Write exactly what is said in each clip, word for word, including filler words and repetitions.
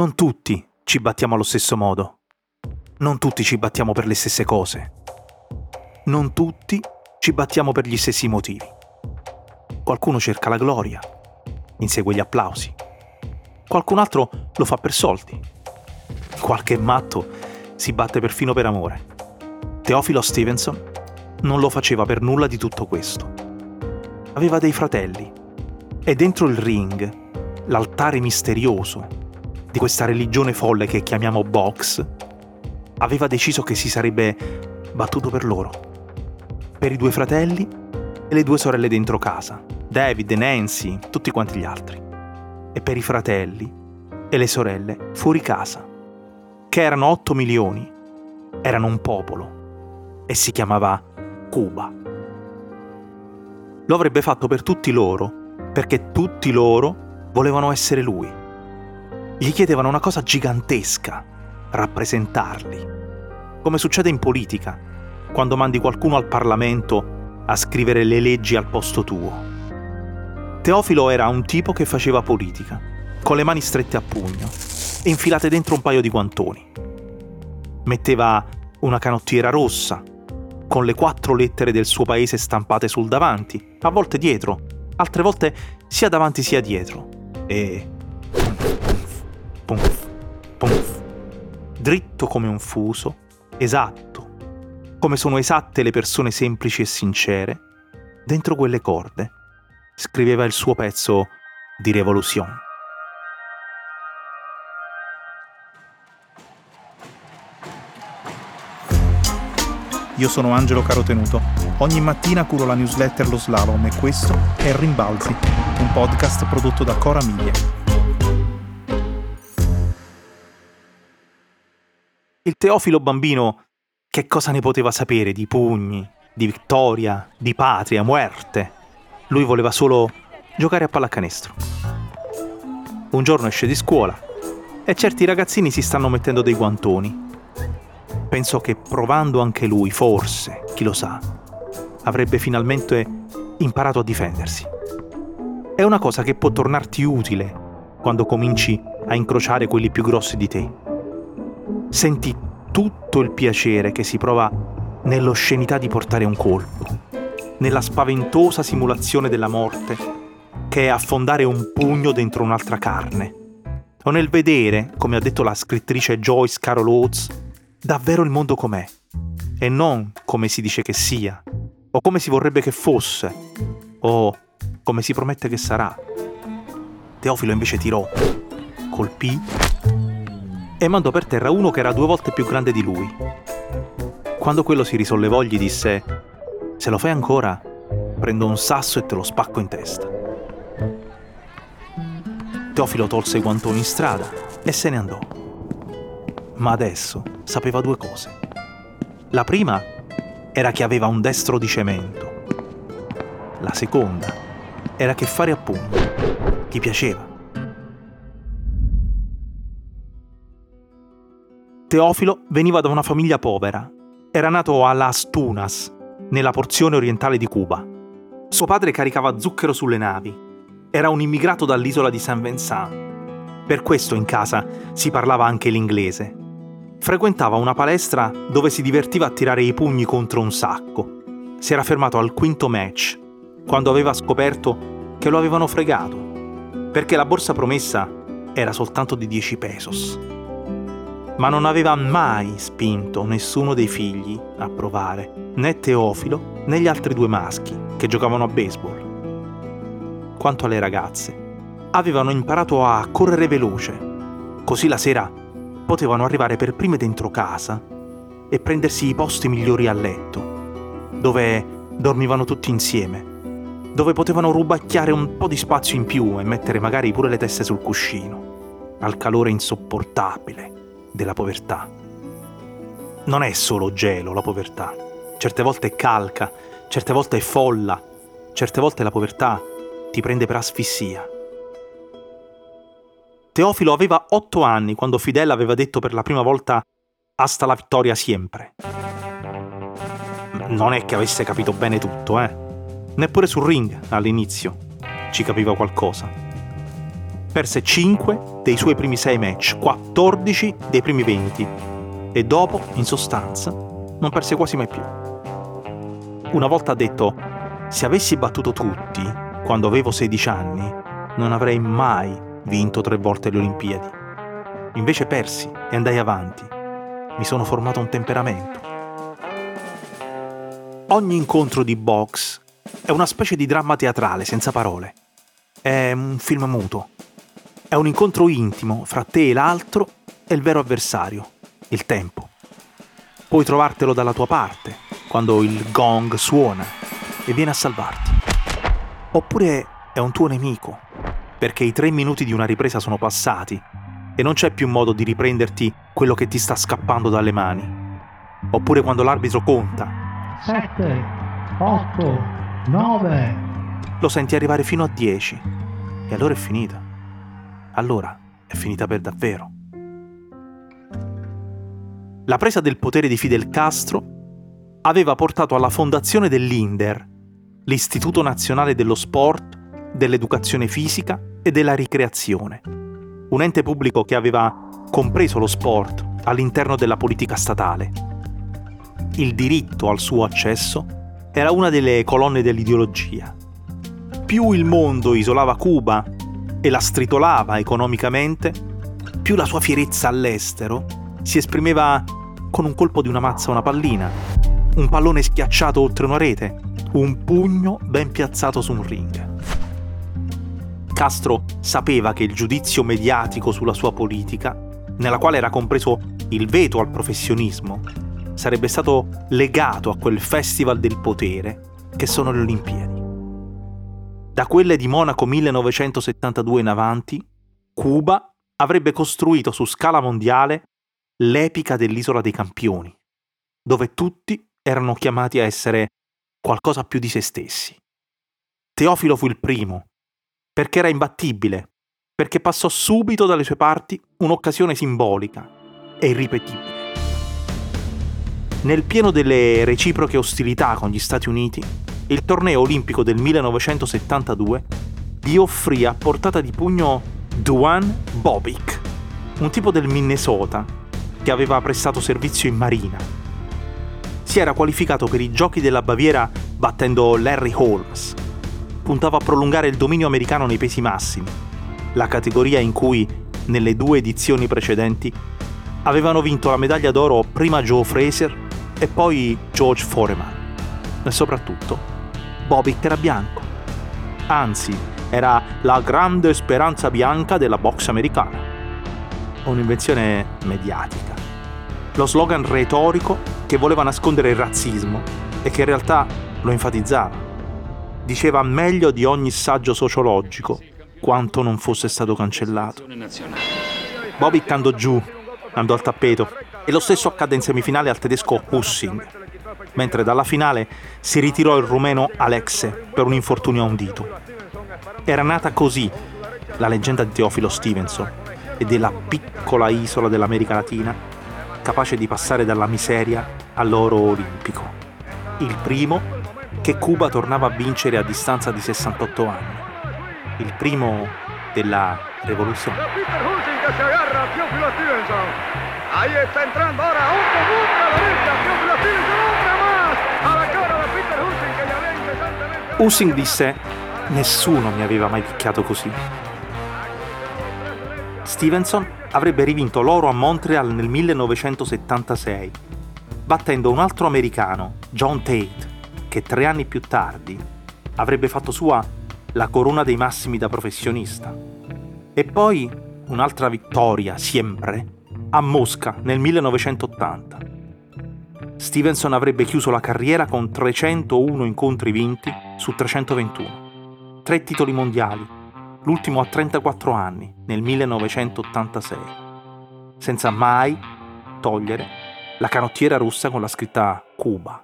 Non tutti ci battiamo allo stesso modo. Non tutti ci battiamo per le stesse cose. Non tutti ci battiamo per gli stessi motivi. Qualcuno cerca la gloria, insegue gli applausi. Qualcun altro lo fa per soldi. Qualche matto si batte perfino per amore. Teofilo Stevenson non lo faceva per nulla di tutto questo. Aveva dei fratelli e dentro il ring, l'altare misterioso di questa religione folle che chiamiamo box, aveva deciso che si sarebbe battuto per loro, per i due fratelli e le due sorelle dentro casa, David e Nancy, tutti quanti gli altri, e per i fratelli e le sorelle fuori casa, che erano otto milioni, erano un popolo e si chiamava Cuba. Lo avrebbe fatto per tutti loro, perché tutti loro volevano essere lui. Gli chiedevano una cosa gigantesca, rappresentarli. Come succede in politica, quando mandi qualcuno al Parlamento a scrivere le leggi al posto tuo. Teofilo era un tipo che faceva politica, con le mani strette a pugno e infilate dentro un paio di guantoni. Metteva una canottiera rossa, con le quattro lettere del suo paese stampate sul davanti, a volte dietro, altre volte sia davanti sia dietro. E... Punf, punf, dritto come un fuso, esatto, come sono esatte le persone semplici e sincere, dentro quelle corde scriveva il suo pezzo di Revolution. Io sono Angelo Carotenuto. Ogni mattina curo la newsletter Lo Slalom e questo è Rimbalzi, un podcast prodotto da Cora Media. Il Teofilo bambino che cosa ne poteva sapere di pugni, di vittoria, di patria, muerte? Lui voleva solo giocare a pallacanestro. Un giorno esce di scuola e certi ragazzini si stanno mettendo dei guantoni. Pensò che provando anche lui, forse, chi lo sa, avrebbe finalmente imparato a difendersi. È una cosa che può tornarti utile quando cominci a incrociare quelli più grossi di te. Senti tutto il piacere che si prova nell'oscenità di portare un colpo, nella spaventosa simulazione della morte che è affondare un pugno dentro un'altra carne, o nel vedere, come ha detto la scrittrice Joyce Carol Oates, davvero il mondo com'è, e non come si dice che sia, o come si vorrebbe che fosse, o come si promette che sarà. Teofilo invece tirò, colpì e mandò per terra uno che era due volte più grande di lui. Quando quello si risollevò gli disse: «Se lo fai ancora, prendo un sasso e te lo spacco in testa». Teofilo tolse i guantoni in strada e se ne andò. Ma adesso sapeva due cose. La prima era che aveva un destro di cemento. La seconda era che fare a pugni gli piaceva. Teofilo veniva da una famiglia povera. Era nato a Las Tunas, nella porzione orientale di Cuba. Suo padre caricava zucchero sulle navi. Era un immigrato dall'isola di Saint Vincent. Per questo in casa si parlava anche l'inglese. Frequentava una palestra dove si divertiva a tirare i pugni contro un sacco. Si era fermato al quinto match, quando aveva scoperto che lo avevano fregato, perché la borsa promessa era soltanto di dieci pesos. Ma non aveva mai spinto nessuno dei figli a provare, né Teofilo né gli altri due maschi che giocavano a baseball. Quanto alle ragazze, avevano imparato a correre veloce, così la sera potevano arrivare per prime dentro casa e prendersi i posti migliori a letto, dove dormivano tutti insieme, dove potevano rubacchiare un po' di spazio in più e mettere magari pure le teste sul cuscino, al calore insopportabile della povertà. Non è solo gelo la povertà, certe volte è calca, certe volte è folla, certe volte la povertà ti prende per asfissia. Teofilo aveva otto anni quando Fidel aveva detto per la prima volta «Hasta la vittoria siempre». Non è che avesse capito bene tutto, eh? Neppure sul ring, all'inizio, ci capiva qualcosa. Perse cinque dei suoi primi sei match, quattordici dei primi venti e dopo, in sostanza, non perse quasi mai più. Una volta ha detto: se avessi battuto tutti quando avevo sedici anni, non avrei mai vinto tre volte le Olimpiadi. Invece persi e andai avanti. Mi sono formato un temperamento. Ogni incontro di box è una specie di dramma teatrale senza parole. È un film muto. È un incontro intimo fra te e l'altro e il vero avversario, il tempo. Puoi trovartelo dalla tua parte quando il gong suona e viene a salvarti. Oppure è un tuo nemico, perché i tre minuti di una ripresa sono passati e non c'è più modo di riprenderti quello che ti sta scappando dalle mani. Oppure quando l'arbitro conta sette, otto, nove. Lo senti arrivare fino a dieci e allora è finita. Allora è finita per davvero. La presa del potere di Fidel Castro aveva portato alla fondazione dell'INDER, l'Istituto Nazionale dello Sport, dell'Educazione Fisica e della Ricreazione, un ente pubblico che aveva compreso lo sport all'interno della politica statale. Il diritto al suo accesso era una delle colonne dell'ideologia. Più il mondo isolava Cuba e la stritolava economicamente, più la sua fierezza all'estero si esprimeva con un colpo di una mazza a una pallina, un pallone schiacciato oltre una rete, un pugno ben piazzato su un ring. Castro sapeva che il giudizio mediatico sulla sua politica, nella quale era compreso il veto al professionismo, sarebbe stato legato a quel festival del potere che sono le Olimpiadi. Da quelle di Monaco millenovecentosettantadue in avanti, Cuba avrebbe costruito su scala mondiale l'epica dell'Isola dei Campioni, dove tutti erano chiamati a essere qualcosa più di se stessi. Teofilo fu il primo, perché era imbattibile, perché passò subito dalle sue parti un'occasione simbolica e irripetibile. Nel pieno delle reciproche ostilità con gli Stati Uniti, il torneo olimpico del millenovecentosettantadue gli offrì a portata di pugno Duane Bobic, un tipo del Minnesota che aveva prestato servizio in marina. Si era qualificato per i Giochi della Baviera battendo Larry Holmes. Puntava a prolungare il dominio americano nei pesi massimi, la categoria in cui, nelle due edizioni precedenti, avevano vinto la medaglia d'oro prima Joe Frazier e poi George Foreman. E soprattutto, Bobic era bianco. Anzi, era la grande speranza bianca della box americana. Un'invenzione mediatica. Lo slogan retorico che voleva nascondere il razzismo e che in realtà lo enfatizzava. Diceva meglio di ogni saggio sociologico quanto non fosse stato cancellato. Bobic andò giù, andò al tappeto, e lo stesso accadde in semifinale al tedesco Hussing, mentre dalla finale si ritirò il rumeno Alexe per un infortunio a un dito. Era nata così la leggenda di Teofilo Stevenson e della piccola isola dell'America Latina, capace di passare dalla miseria all'oro olimpico. Il primo che Cuba tornava a vincere a distanza di sessantotto anni. Il primo della rivoluzione. Ahí está entrando ahora otro punto a la derecha, Teófilo Stevenson, otra más a la cara da Peter Hussing che gli aveva incessantemente... Hussing disse: nessuno mi aveva mai picchiato così. Stevenson avrebbe rivinto l'oro a Montreal nel millenovecentosettantasei, battendo un altro americano, John Tate, che tre anni più tardi avrebbe fatto sua la corona dei massimi da professionista. E poi un'altra vittoria, sempre, a Mosca nel millenovecentottanta. Stevenson avrebbe chiuso la carriera con trecentouno incontri vinti su trecentoventuno. Tre titoli mondiali, l'ultimo a trentaquattro anni, nel millenovecentottantasei, senza mai togliere la canottiera russa con la scritta Cuba.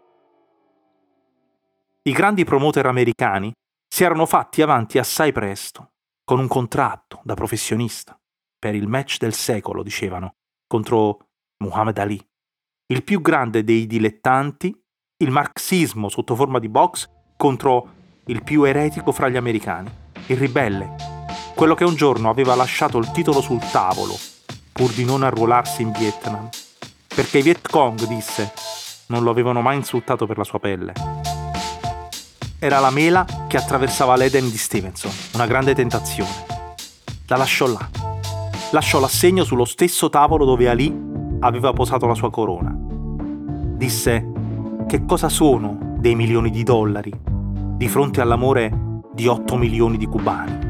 I grandi promoter americani si erano fatti avanti assai presto, con un contratto da professionista, per il match del secolo, dicevano, contro Muhammad Ali, il più grande dei dilettanti, il marxismo sotto forma di box contro il più eretico fra gli americani, il ribelle, quello che un giorno aveva lasciato il titolo sul tavolo pur di non arruolarsi in Vietnam, perché i Viet Cong, disse, non lo avevano mai insultato per la sua pelle. Era la mela che attraversava l'Eden di Stevenson, una grande tentazione. La lasciò là. Lasciò l'assegno sullo stesso tavolo dove Ali aveva posato la sua corona. Disse: che cosa sono dei milioni di dollari di fronte all'amore di otto milioni di cubani?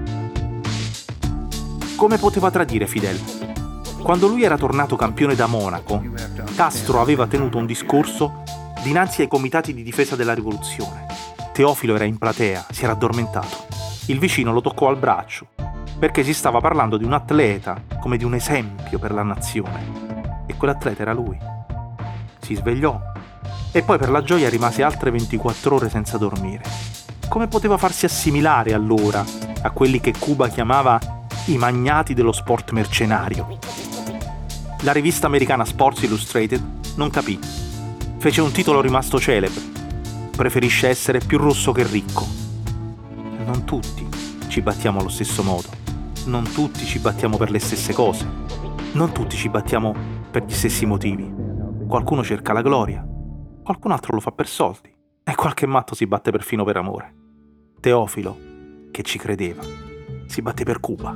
Come poteva tradire Fidel? Quando lui era tornato campione da Monaco, Castro aveva tenuto un discorso dinanzi ai comitati di difesa della rivoluzione. Teofilo era in platea, si era addormentato. Il vicino lo toccò al braccio, perché si stava parlando di un atleta come di un esempio per la nazione. E quell'atleta era lui. Si svegliò e poi per la gioia rimase altre ventiquattro ore senza dormire. Come poteva farsi assimilare allora a quelli che Cuba chiamava i magnati dello sport mercenario? La rivista americana Sports Illustrated non capì. Fece un titolo rimasto celebre: preferisce essere più rosso che ricco. Non tutti ci battiamo allo stesso modo. Non tutti ci battiamo per le stesse cose. Non tutti ci battiamo per gli stessi motivi. Qualcuno cerca la gloria, qualcun altro lo fa per soldi e qualche matto si batte perfino per amore. Teofilo, che ci credeva, si batté per Cuba.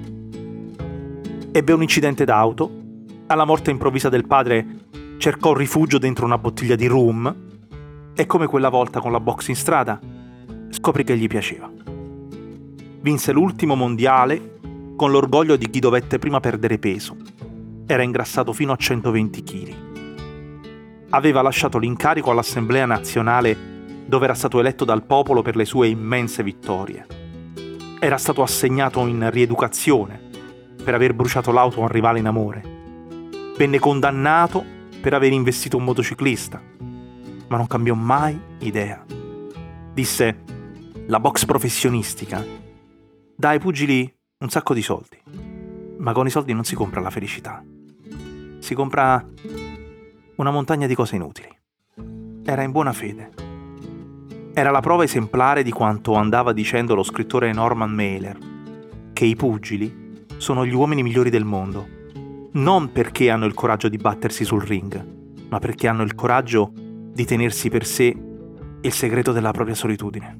Ebbe un incidente d'auto. Alla morte improvvisa del padre cercò rifugio dentro una bottiglia di rum e, come quella volta con la box in strada, scoprì che gli piaceva. Vinse l'ultimo mondiale con l'orgoglio di chi dovette prima perdere peso. Era ingrassato fino a centoventi chili. Aveva lasciato l'incarico all'Assemblea Nazionale, dove era stato eletto dal popolo per le sue immense vittorie. Era stato assegnato in rieducazione per aver bruciato l'auto a un rivale in amore. Venne condannato per aver investito un motociclista, ma non cambiò mai idea. Disse: la box professionistica dà ai pugili un sacco di soldi, ma con i soldi non si compra la felicità. Si compra una montagna di cose inutili. Era in buona fede. Era la prova esemplare di quanto andava dicendo lo scrittore Norman Mailer, che i pugili sono gli uomini migliori del mondo, non perché hanno il coraggio di battersi sul ring, ma perché hanno il coraggio di tenersi per sé il segreto della propria solitudine.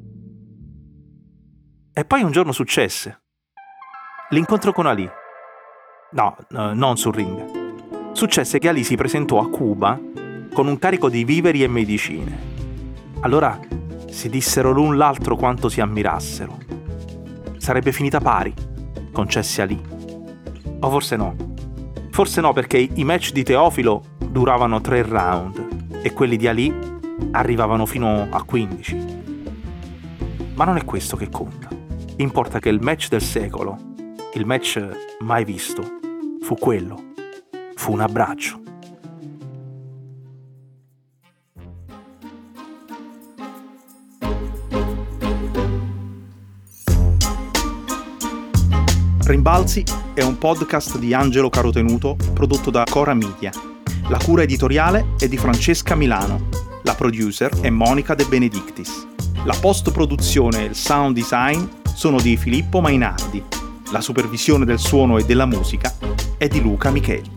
E poi un giorno successe. L'incontro con Ali. No, no, non sul ring. Successe che Ali si presentò a Cuba con un carico di viveri e medicine. Allora si dissero l'un l'altro quanto si ammirassero. Sarebbe finita pari, concesse Ali. O forse no. Forse no, perché i match di Teofilo duravano tre round e quelli di Ali arrivavano fino a quindici. Ma non è questo che conta. Importa che il match del secolo, il match mai visto, fu quello. Fu un abbraccio. Rimbalzi è un podcast di Angelo Carotenuto prodotto da Cora Media. La cura editoriale è di Francesca Milano. La producer è Monica De Benedictis. La post-produzione e il sound design sono di Filippo Mainardi. La supervisione del suono e della musica è di Luca Micheli.